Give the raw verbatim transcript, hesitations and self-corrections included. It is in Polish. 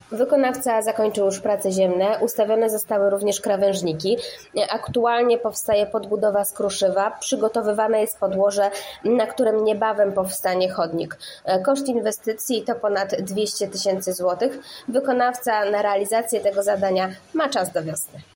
Wykonawca zakończył już prace ziemne, ustawione zostały również krawężniki. Aktualnie powstaje podbudowa z kruszywa, przygotowywane jest podłoże, na którym niebawem powstanie chodnik. Koszt inwestycji to ponad dwieście tysięcy złotych. Wykonawca na realizację tego zadania ma czas do wiosny.